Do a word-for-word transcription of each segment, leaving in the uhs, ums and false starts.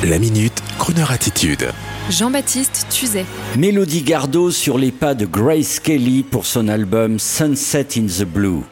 La Minute, Crooner Attitude. Jean-Baptiste Tuzet. Mélodie Gardot sur les pas de Grace Kelly pour son album Sunset in the Blue.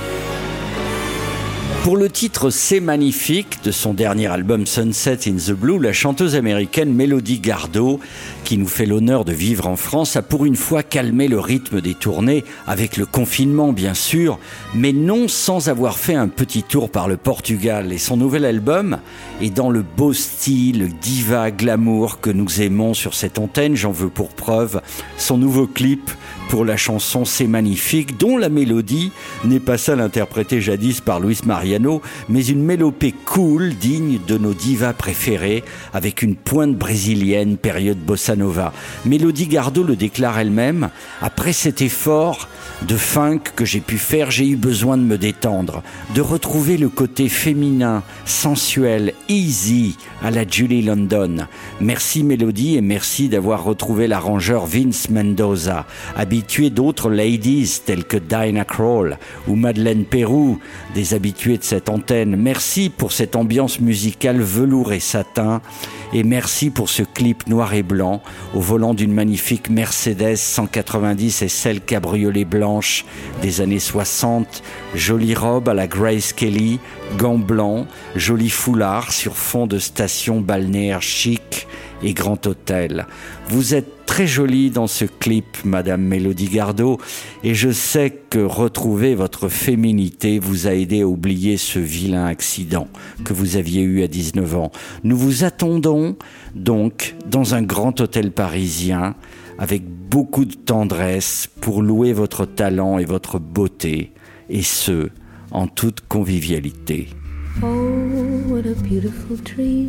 Pour le titre C'est magnifique de son dernier album Sunset in the Blue, la chanteuse américaine Mélodie Gardot, qui nous fait l'honneur de vivre en France, a pour une fois calmé le rythme des tournées, avec le confinement bien sûr, mais non sans avoir fait un petit tour par le Portugal. Et son nouvel album est dans le beau style diva glamour que nous aimons sur cette antenne. J'en veux pour preuve son nouveau clip pour la chanson C'est magnifique, dont la mélodie n'est pas celle interprétée jadis par Luis Mariano, mais une mélopée cool, digne de nos divas préférées, avec une pointe brésilienne, période bossa nova. Mélodie Gardot le déclare elle-même: après cet effort de funk que j'ai pu faire, j'ai eu besoin de me détendre, de retrouver le côté féminin, sensuel, easy à la Julie London. Merci Mélodie, et merci d'avoir retrouvé l'arrangeur Vince Mendoza, habitué d'autres ladies telles que Dinah Krall ou Madeleine Peyroux, des habitués de cette antenne. Merci pour cette ambiance musicale velours et satin, et merci pour ce clip noir et blanc au volant d'une magnifique Mercedes cent quatre-vingt-dix et celle cabriolet blanche des années soixante. Jolie robe à la Grace Kelly, gants blancs, joli foulard sur fond de station balnéaire chic et grand hôtel. Vous êtes très jolie dans ce clip, Madame Mélodie Gardot, et je sais que retrouver votre féminité vous a aidé à oublier ce vilain accident que vous aviez eu à dix-neuf ans. Nous vous attendons donc dans un grand hôtel parisien avec beaucoup de tendresse pour louer votre talent et votre beauté, et ce, en toute convivialité. Oh, what a beautiful dream.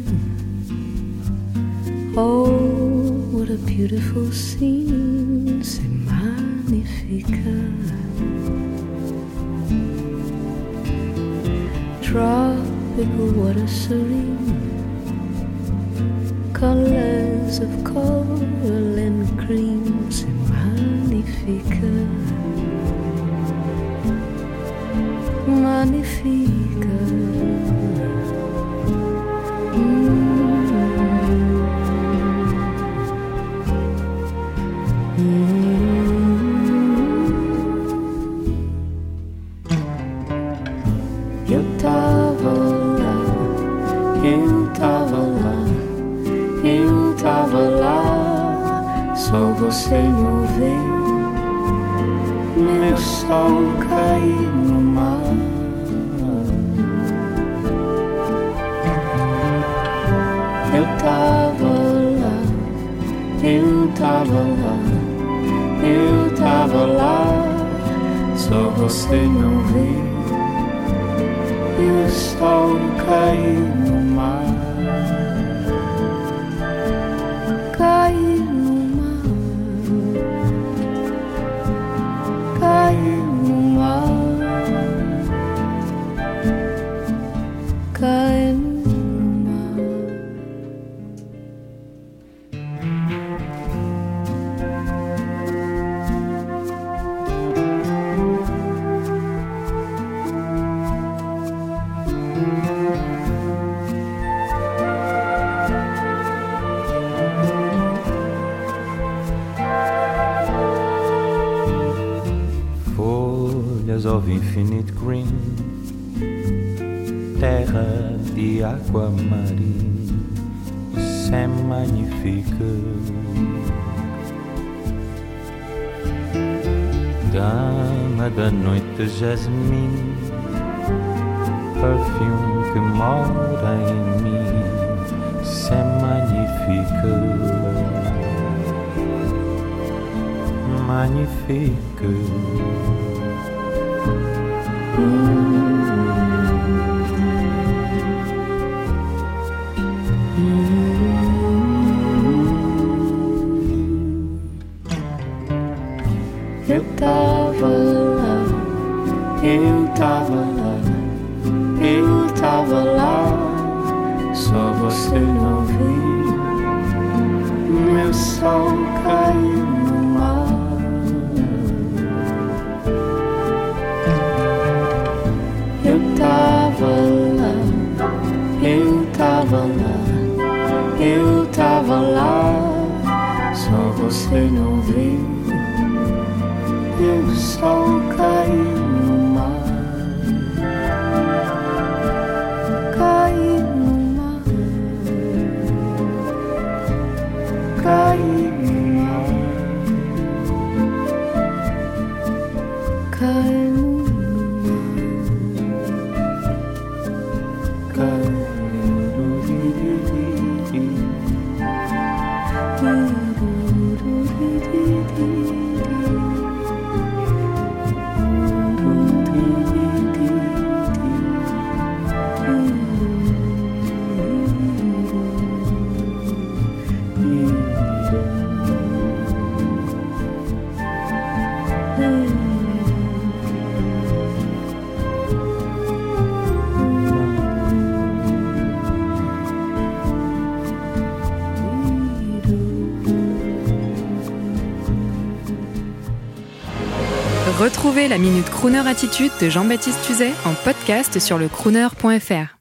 Oh, what a beautiful scene. C'est magnifique. Tropical water serene. Colors of coral and cream. C'est magnifique. Magnifique. Mm. Eu tava lá, eu tava lá, eu tava lá, só você não vê meu sol cair no mar. Eu tava lá, eu tava lá, eu tava lá, só você não vê. E o sol cair no mar, cair no mar, cair no mar, cair no mar. Of infinite green, terra de água marinha, c'est magnifique. Dama da noite, jasmine, perfume que mora em mim, c'est magnifique, magnifique. Eu tava lá, eu tava lá, eu tava lá, só você não viu meu sol cair no mar. você não viu, e o sol caiu no mar, caiu no mar, caiu no mar, caiu no mar, caiu. Retrouvez la Minute Crooner Attitude de Jean-Baptiste Tuzet en podcast sur le crooner point f r.